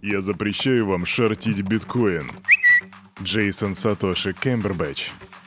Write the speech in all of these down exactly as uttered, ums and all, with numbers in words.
Я запрещаю вам шортить биткоин. Джейсон Сатоши Кэмбербэтч.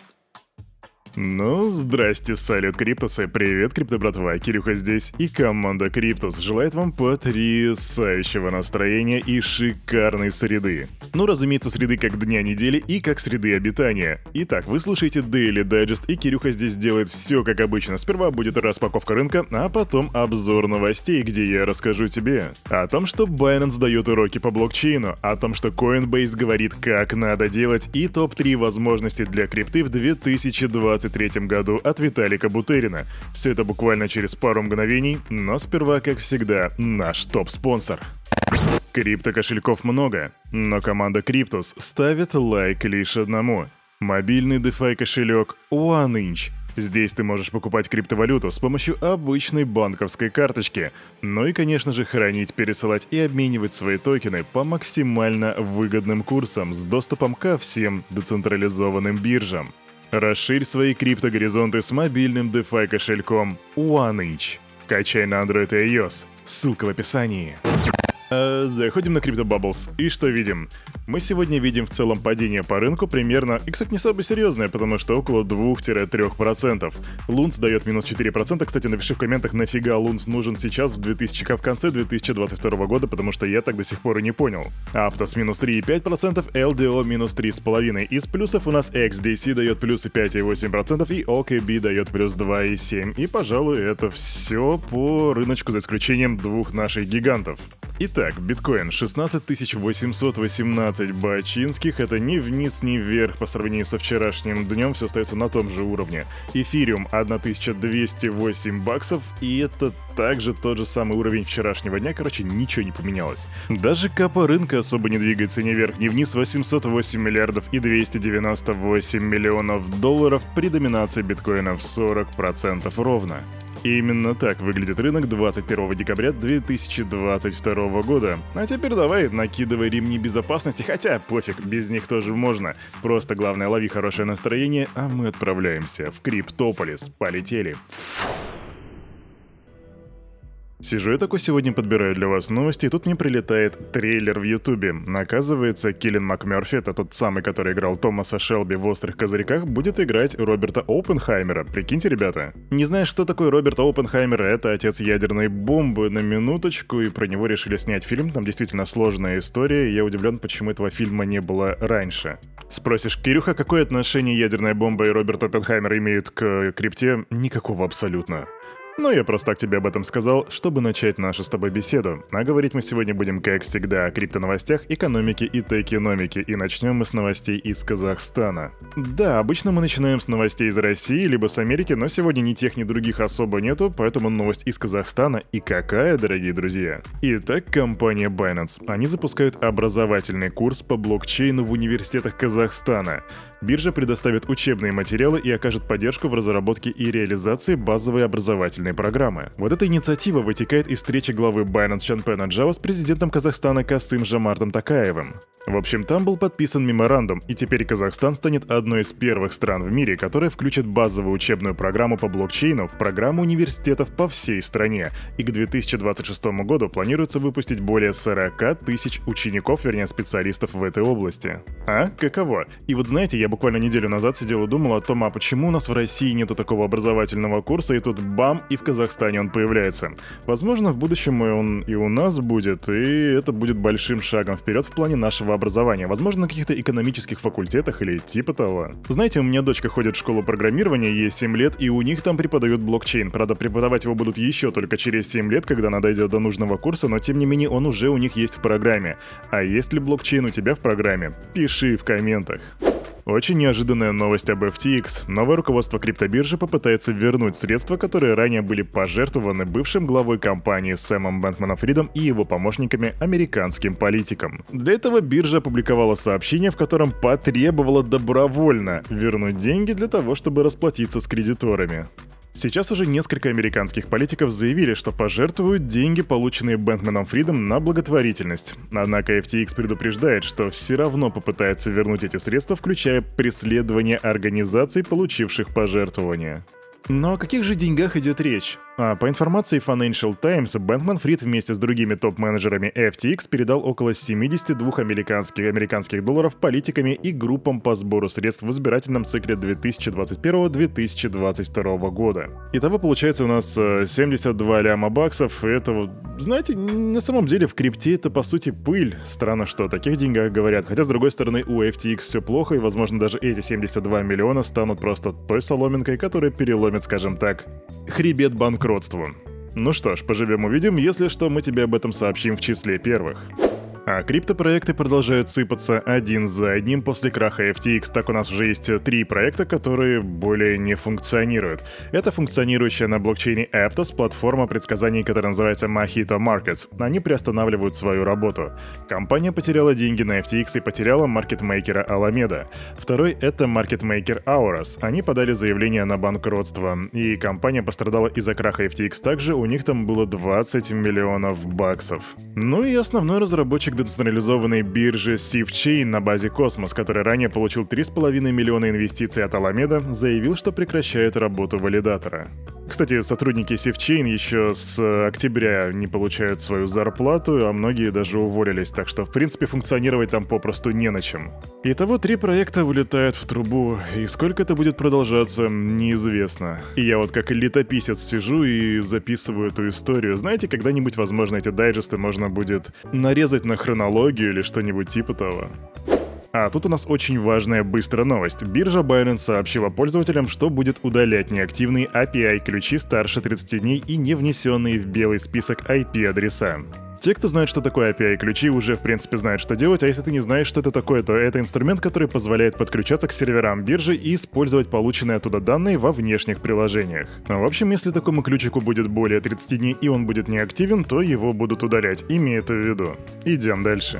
Ну, здрасте, салют, Криптусы, привет, крипто братва, Кирюха здесь, и команда Криптус желает вам потрясающего настроения и шикарной среды. Ну, разумеется, среды как дня недели и как среды обитания. Итак, вы слушаете Daily Digest, и Кирюха здесь делает все как обычно. Сперва будет распаковка рынка, а потом обзор новостей, где я расскажу тебе о том, что Binance дает уроки по блокчейну, о том, что Coinbase говорит, как надо делать, и топ три возможностей для крипты в две тысячи двадцать третьем году от Виталика Бутерина. Все это буквально через пару мгновений, но сперва, как всегда, наш топ-спонсор. Крипто-кошельков много, но команда Криптус ставит лайк лишь одному. Мобильный DeFi кошелек OneInch. Здесь ты можешь покупать криптовалюту с помощью обычной банковской карточки, ну и, конечно же, хранить, пересылать и обменивать свои токены по максимально выгодным курсам с доступом ко всем децентрализованным биржам. Расширь свои криптогоризонты с мобильным DeFi кошельком OneInch. Качай на Android и iOS. Ссылка в описании. А, заходим на CryptoBubbles. И что видим? Мы сегодня видим в целом падение по рынку примерно, и, кстати, не самое серьезное, потому что около два-три процента. Лунс дает минус четыре процента. Кстати, напиши в комментах, нафига Лунс нужен сейчас в две тысячи, в конце две тысячи двадцать второго года, потому что я так до сих пор и не понял. Aptos минус три и пять десятых процента, эл ди о минус три и пять десятых процента. Из плюсов у нас икс ди си дает плюс пять и восемь десятых процента и о кей би дает плюс два и семь процента. И, пожалуй, это все по рыночку, за исключением двух наших гигантов. Итак, биткоин шестнадцать тысяч восемьсот восемнадцать бачинских, это ни вниз, ни вверх по сравнению со вчерашним днем, все остается на том же уровне. Эфириум тысяча двести восемь баксов, и это также тот же самый уровень вчерашнего дня, короче, ничего не поменялось. Даже капа рынка особо не двигается ни вверх, ни вниз, восемьсот восемь миллиардов и двести девяносто восемь миллионов долларов при доминации биткоина в сорок процентов ровно. И именно так выглядит рынок двадцать первого декабря две тысячи двадцать второго года. А теперь давай накидывай ремни безопасности, хотя пофиг, без них тоже можно. Просто главное, лови хорошее настроение, а мы отправляемся в Криптополис. Полетели. Сижу я такой сегодня, подбираю для вас новости, и тут мне прилетает трейлер в Ютубе. Оказывается, Киллиан МакМёрфи, это тот самый, который играл Томаса Шелби в «Острых козырьках», будет играть Роберта Оппенхаймера. Прикиньте, ребята. Не знаешь, кто такой Роберт Оппенхаймер? Это отец ядерной бомбы, на минуточку, и про него решили снять фильм. Там действительно сложная история, и я удивлен, почему этого фильма не было раньше. Спросишь, Кирюха, какое отношение ядерная бомба и Роберт Оппенхаймер имеют к крипте? Никакого абсолютно. Но я просто так тебе об этом сказал, чтобы начать нашу с тобой беседу. А говорить мы сегодня будем, как всегда, о криптоновостях, экономике и токеномике. И начнем мы с новостей из Казахстана. Да, обычно мы начинаем с новостей из России, либо с Америки, но сегодня ни тех, ни других особо нету, поэтому новость из Казахстана. И какая, дорогие друзья? Итак, компания Binance. Они запускают образовательный курс по блокчейну в университетах Казахстана. Биржа предоставит учебные материалы и окажет поддержку в разработке и реализации базовой образовательной программы. Вот эта инициатива вытекает из встречи главы Binance Чанпэна Джао с президентом Казахстана Касым-Жомартом Токаевым. В общем, там был подписан меморандум, и теперь Казахстан станет одной из первых стран в мире, которая включит базовую учебную программу по блокчейну в программу университетов по всей стране. И к две тысячи двадцать шестому году планируется выпустить более сорок тысяч учеников, вернее специалистов в этой области. А? Каково? И вот знаете, я буквально неделю назад сидел и думал о том, а почему у нас в России нету такого образовательного курса, и тут бам, и в Казахстане он появляется. Возможно, в будущем он и у нас будет, и это будет большим шагом вперед в плане нашего образования. Возможно, на каких-то экономических факультетах или типа того. Знаете, у меня дочка ходит в школу программирования, ей семь лет, и у них там преподают блокчейн. Правда, преподавать его будут еще только через семь лет, когда она дойдет до нужного курса, но тем не менее он уже у них есть в программе. А есть ли блокчейн у тебя в программе? Пиши в комментах. Очень неожиданная новость об эф ти экс. Новое руководство криптобиржи попытается вернуть средства, которые ранее были пожертвованы бывшим главой компании Сэмом Бэнкманом-Фридом и его помощниками американским политикам. Для этого биржа опубликовала сообщение, в котором потребовала добровольно вернуть деньги для того, чтобы расплатиться с кредиторами. Сейчас уже несколько американских политиков заявили, что пожертвуют деньги, полученные Бэнкманом-Фридом, на благотворительность. Однако эф ти экс предупреждает, что все равно попытается вернуть эти средства, включая преследование организаций, получивших пожертвования. Но о каких же деньгах идет речь? А по информации Financial Times, Бэнкман-Фрид вместе с другими топ-менеджерами эф ти экс передал около семьдесят два американских, американских долларов политиками и группам по сбору средств в избирательном цикле две тысячи двадцать первого — две тысячи двадцать второго года. Итого получается у нас семьдесят два ляма баксов, и это вот, знаете, на самом деле в крипте это по сути пыль. Странно, что о таких деньгах говорят, хотя с другой стороны у эф ти экс все плохо, и возможно даже эти семьдесят два миллиона станут просто той соломинкой, которая переломит, скажем так, хребет банкротству. Ну что ж, поживем-увидим, если что, мы тебе об этом сообщим в числе первых. А криптопроекты продолжают сыпаться один за одним после краха эф ти экс. Так у нас уже есть три проекта, которые более не функционируют. Это функционирующая на блокчейне Aptos платформа предсказаний, которая называется Mojito Markets. Они приостанавливают свою работу. Компания потеряла деньги на эф ти экс и потеряла маркетмейкера Alameda. Второй — это маркетмейкер Auras. Они подали заявление на банкротство, и компания пострадала из-за краха эф ти экс также, у них там было двадцать миллионов баксов. Ну и основной разработчик децентрализованной биржи SafeChain на базе Cosmos, который ранее получил три с половиной миллиона инвестиций от Alameda, заявил, что прекращает работу валидатора. Кстати, сотрудники SafeChain еще с октября не получают свою зарплату, а многие даже уволились, так что в принципе функционировать там попросту не на чем. Итого три проекта вылетают в трубу, и сколько это будет продолжаться, неизвестно. И я вот как летописец сижу и записываю эту историю. Знаете, когда-нибудь, возможно, эти дайджесты можно будет нарезать на хронологию или что-нибудь типа того. А тут у нас очень важная быстрая новость. Биржа Binance сообщила пользователям, что будет удалять неактивные эй пи ай-ключи старше тридцати дней и не внесенные в белый список ай пи-адреса. Те, кто знает, что такое эй пи ай-ключи, уже в принципе знают, что делать, а если ты не знаешь, что это такое, то это инструмент, который позволяет подключаться к серверам биржи и использовать полученные оттуда данные во внешних приложениях. В общем, если такому ключику будет более тридцати дней и он будет неактивен, то его будут удалять. Имей это в виду. Идем дальше.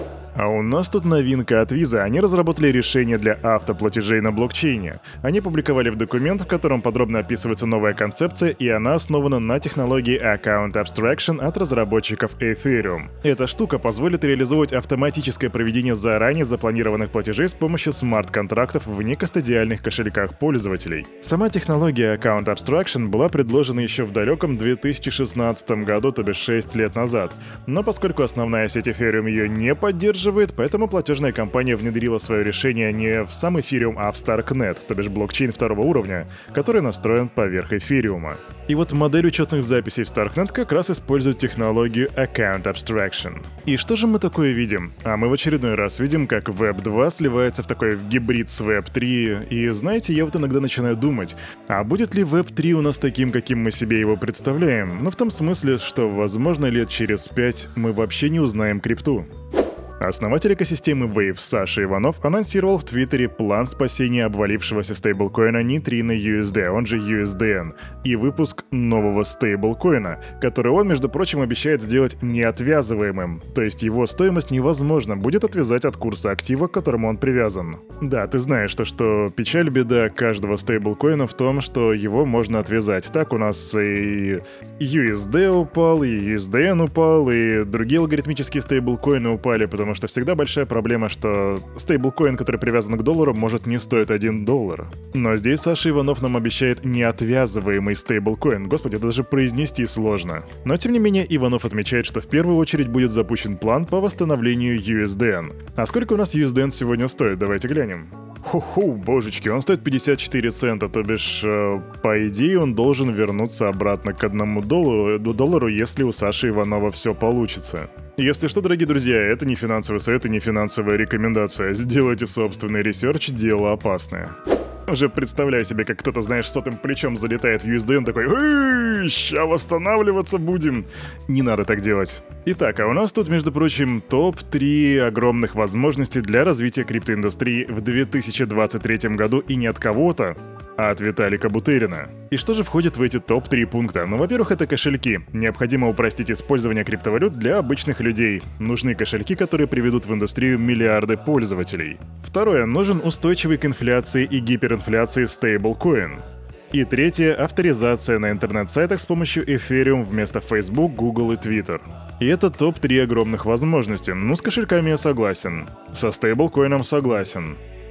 А у нас тут новинка от Visa. Они разработали решение для автоплатежей на блокчейне. Они публиковали в документ, в котором подробно описывается новая концепция, и она основана на технологии Account Abstraction от разработчиков Ethereum. Эта штука позволит реализовывать автоматическое проведение заранее запланированных платежей с помощью смарт-контрактов в некастодиальных кошельках пользователей. Сама технология Account Abstraction была предложена еще в далеком две тысячи шестнадцатом году, то бишь шесть лет назад. Но поскольку основная сеть Ethereum ее не поддерживает, поэтому платежная компания внедрила свое решение не в сам эфириум, а в Starknet, то бишь блокчейн второго уровня, который настроен поверх эфириума. И вот модель учетных записей в Starknet как раз использует технологию Account Abstraction. И что же мы такое видим? А мы в очередной раз видим, как веб два сливается в такой гибрид с веб три, и знаете, я вот иногда начинаю думать, а будет ли веб три у нас таким, каким мы себе его представляем? Ну в том смысле, что возможно лет через пять мы вообще не узнаем крипту. Основатель экосистемы Wave Саша Иванов анонсировал в Твиттере план спасения обвалившегося стейблкоина Neutrino ю эс ди, он же ю эс ди эн, и выпуск нового стейблкоина, который он, между прочим, обещает сделать неотвязываемым, то есть его стоимость невозможно будет отвязать от курса актива, к которому он привязан. Да, ты знаешь, что, что печаль-беда каждого стейблкоина в том, что его можно отвязать. Так у нас и ю эс ди упал, и ю эс ди эн упал, и другие алгоритмические стейблкоины упали, потому что всегда большая проблема, что стейблкоин, который привязан к доллару, может не стоить один доллар. Но здесь Саша Иванов нам обещает неотвязываемый стейблкоин. Господи, это даже произнести сложно. Но тем не менее, Иванов отмечает, что в первую очередь будет запущен план по восстановлению ю эс ди эн. А сколько у нас ю эс ди эн сегодня стоит? Давайте глянем. Ху-ху, божечки, он стоит пятьдесят четыре цента, то бишь, э, по идее, он должен вернуться обратно к одному доллару, доллару, если у Саши Иванова все получится. Если что, дорогие друзья, это не финансовый совет и не финансовая рекомендация. Сделайте собственный ресерч, дело опасное. Уже представляю себе, как кто-то, знаешь, сотым плечом залетает в ю эс ди эн такой: «Эй, ща восстанавливаться будем». Не надо так делать. Итак, а у нас тут, между прочим, топ три огромных возможностей для развития криптоиндустрии в две тысячи двадцать третьем году, и не от кого-то, а от Виталика Бутерина. И что же входит в эти топ три пункта? Ну, во-первых, это кошельки. Необходимо упростить использование криптовалют для обычных людей. Нужны кошельки, которые приведут в индустрию миллиарды пользователей. Второе. Нужен устойчивый к инфляции и гиперинфляции стейблкоин. И третье — авторизация на интернет-сайтах с помощью Ethereum вместо Facebook, Google и Twitter. И это топ три огромных возможностей. Ну, с кошельками я согласен. Со стейблкоином согласен.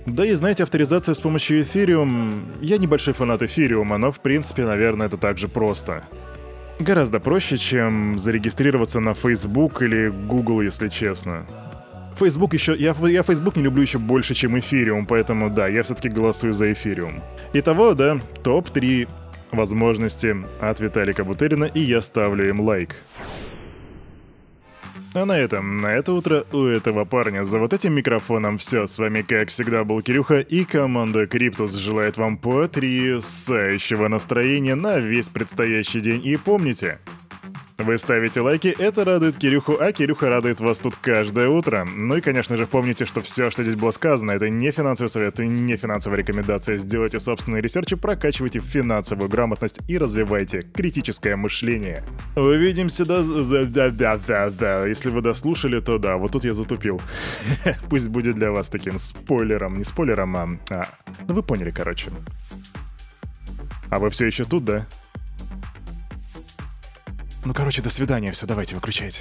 Да и знаете, авторизация с помощью Ethereum... Я небольшой фанат эфириума, но в принципе, наверное, это также просто. Гораздо проще, чем зарегистрироваться на Facebook или Google, если честно. Facebook еще... Я, я Facebook не люблю еще больше, чем Ethereum, поэтому да, я все-таки голосую за Ethereum. Итого, да, топ три возможности от Виталика Бутерина, и я ставлю им лайк. А на этом, на это утро у этого парня за вот этим микрофоном все. С вами, как всегда, был Кирюха, и команда Cryptos желает вам потрясающего настроения на весь предстоящий день. И помните, вы ставите лайки, это радует Кирюху, а Кирюха радует вас тут каждое утро. Ну и, конечно же, помните, что все, что здесь было сказано, это не финансовый совет и не финансовая рекомендация. Сделайте собственные ресерчи, прокачивайте финансовую грамотность и развивайте критическое мышление. Увидимся до... Да-да-да-да. Если вы дослушали, то да, вот тут я затупил. Пусть будет для вас таким спойлером. Не спойлером, а... а... Ну вы поняли, короче. А вы все еще тут, да? Ну, короче, до свидания, все, давайте, выключайте.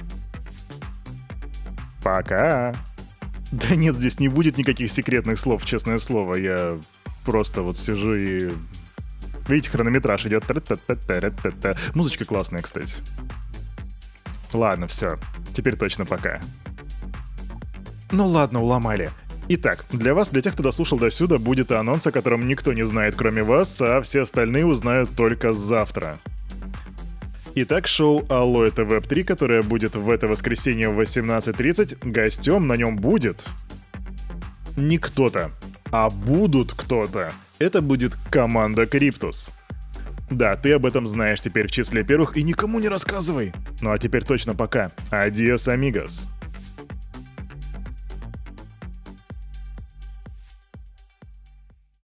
Пока. Да нет, здесь не будет никаких секретных слов, честное слово. Я просто вот сижу и... Видите, хронометраж идет. Музычка классная, кстати. Ладно, все. Теперь точно пока. Ну ладно, уломали. Итак, для вас, для тех, кто дослушал до сюда, будет анонс, о котором никто не знает, кроме вас, а все остальные узнают только завтра. Итак, шоу «Алло, это веб три», которое будет в это воскресенье в восемнадцать тридцать, гостем на нем будет не кто-то, а будут кто-то. Это будет команда Cryptos. Да, ты об этом знаешь теперь в числе первых и никому не рассказывай. Ну а теперь точно пока. Адиос, амигос.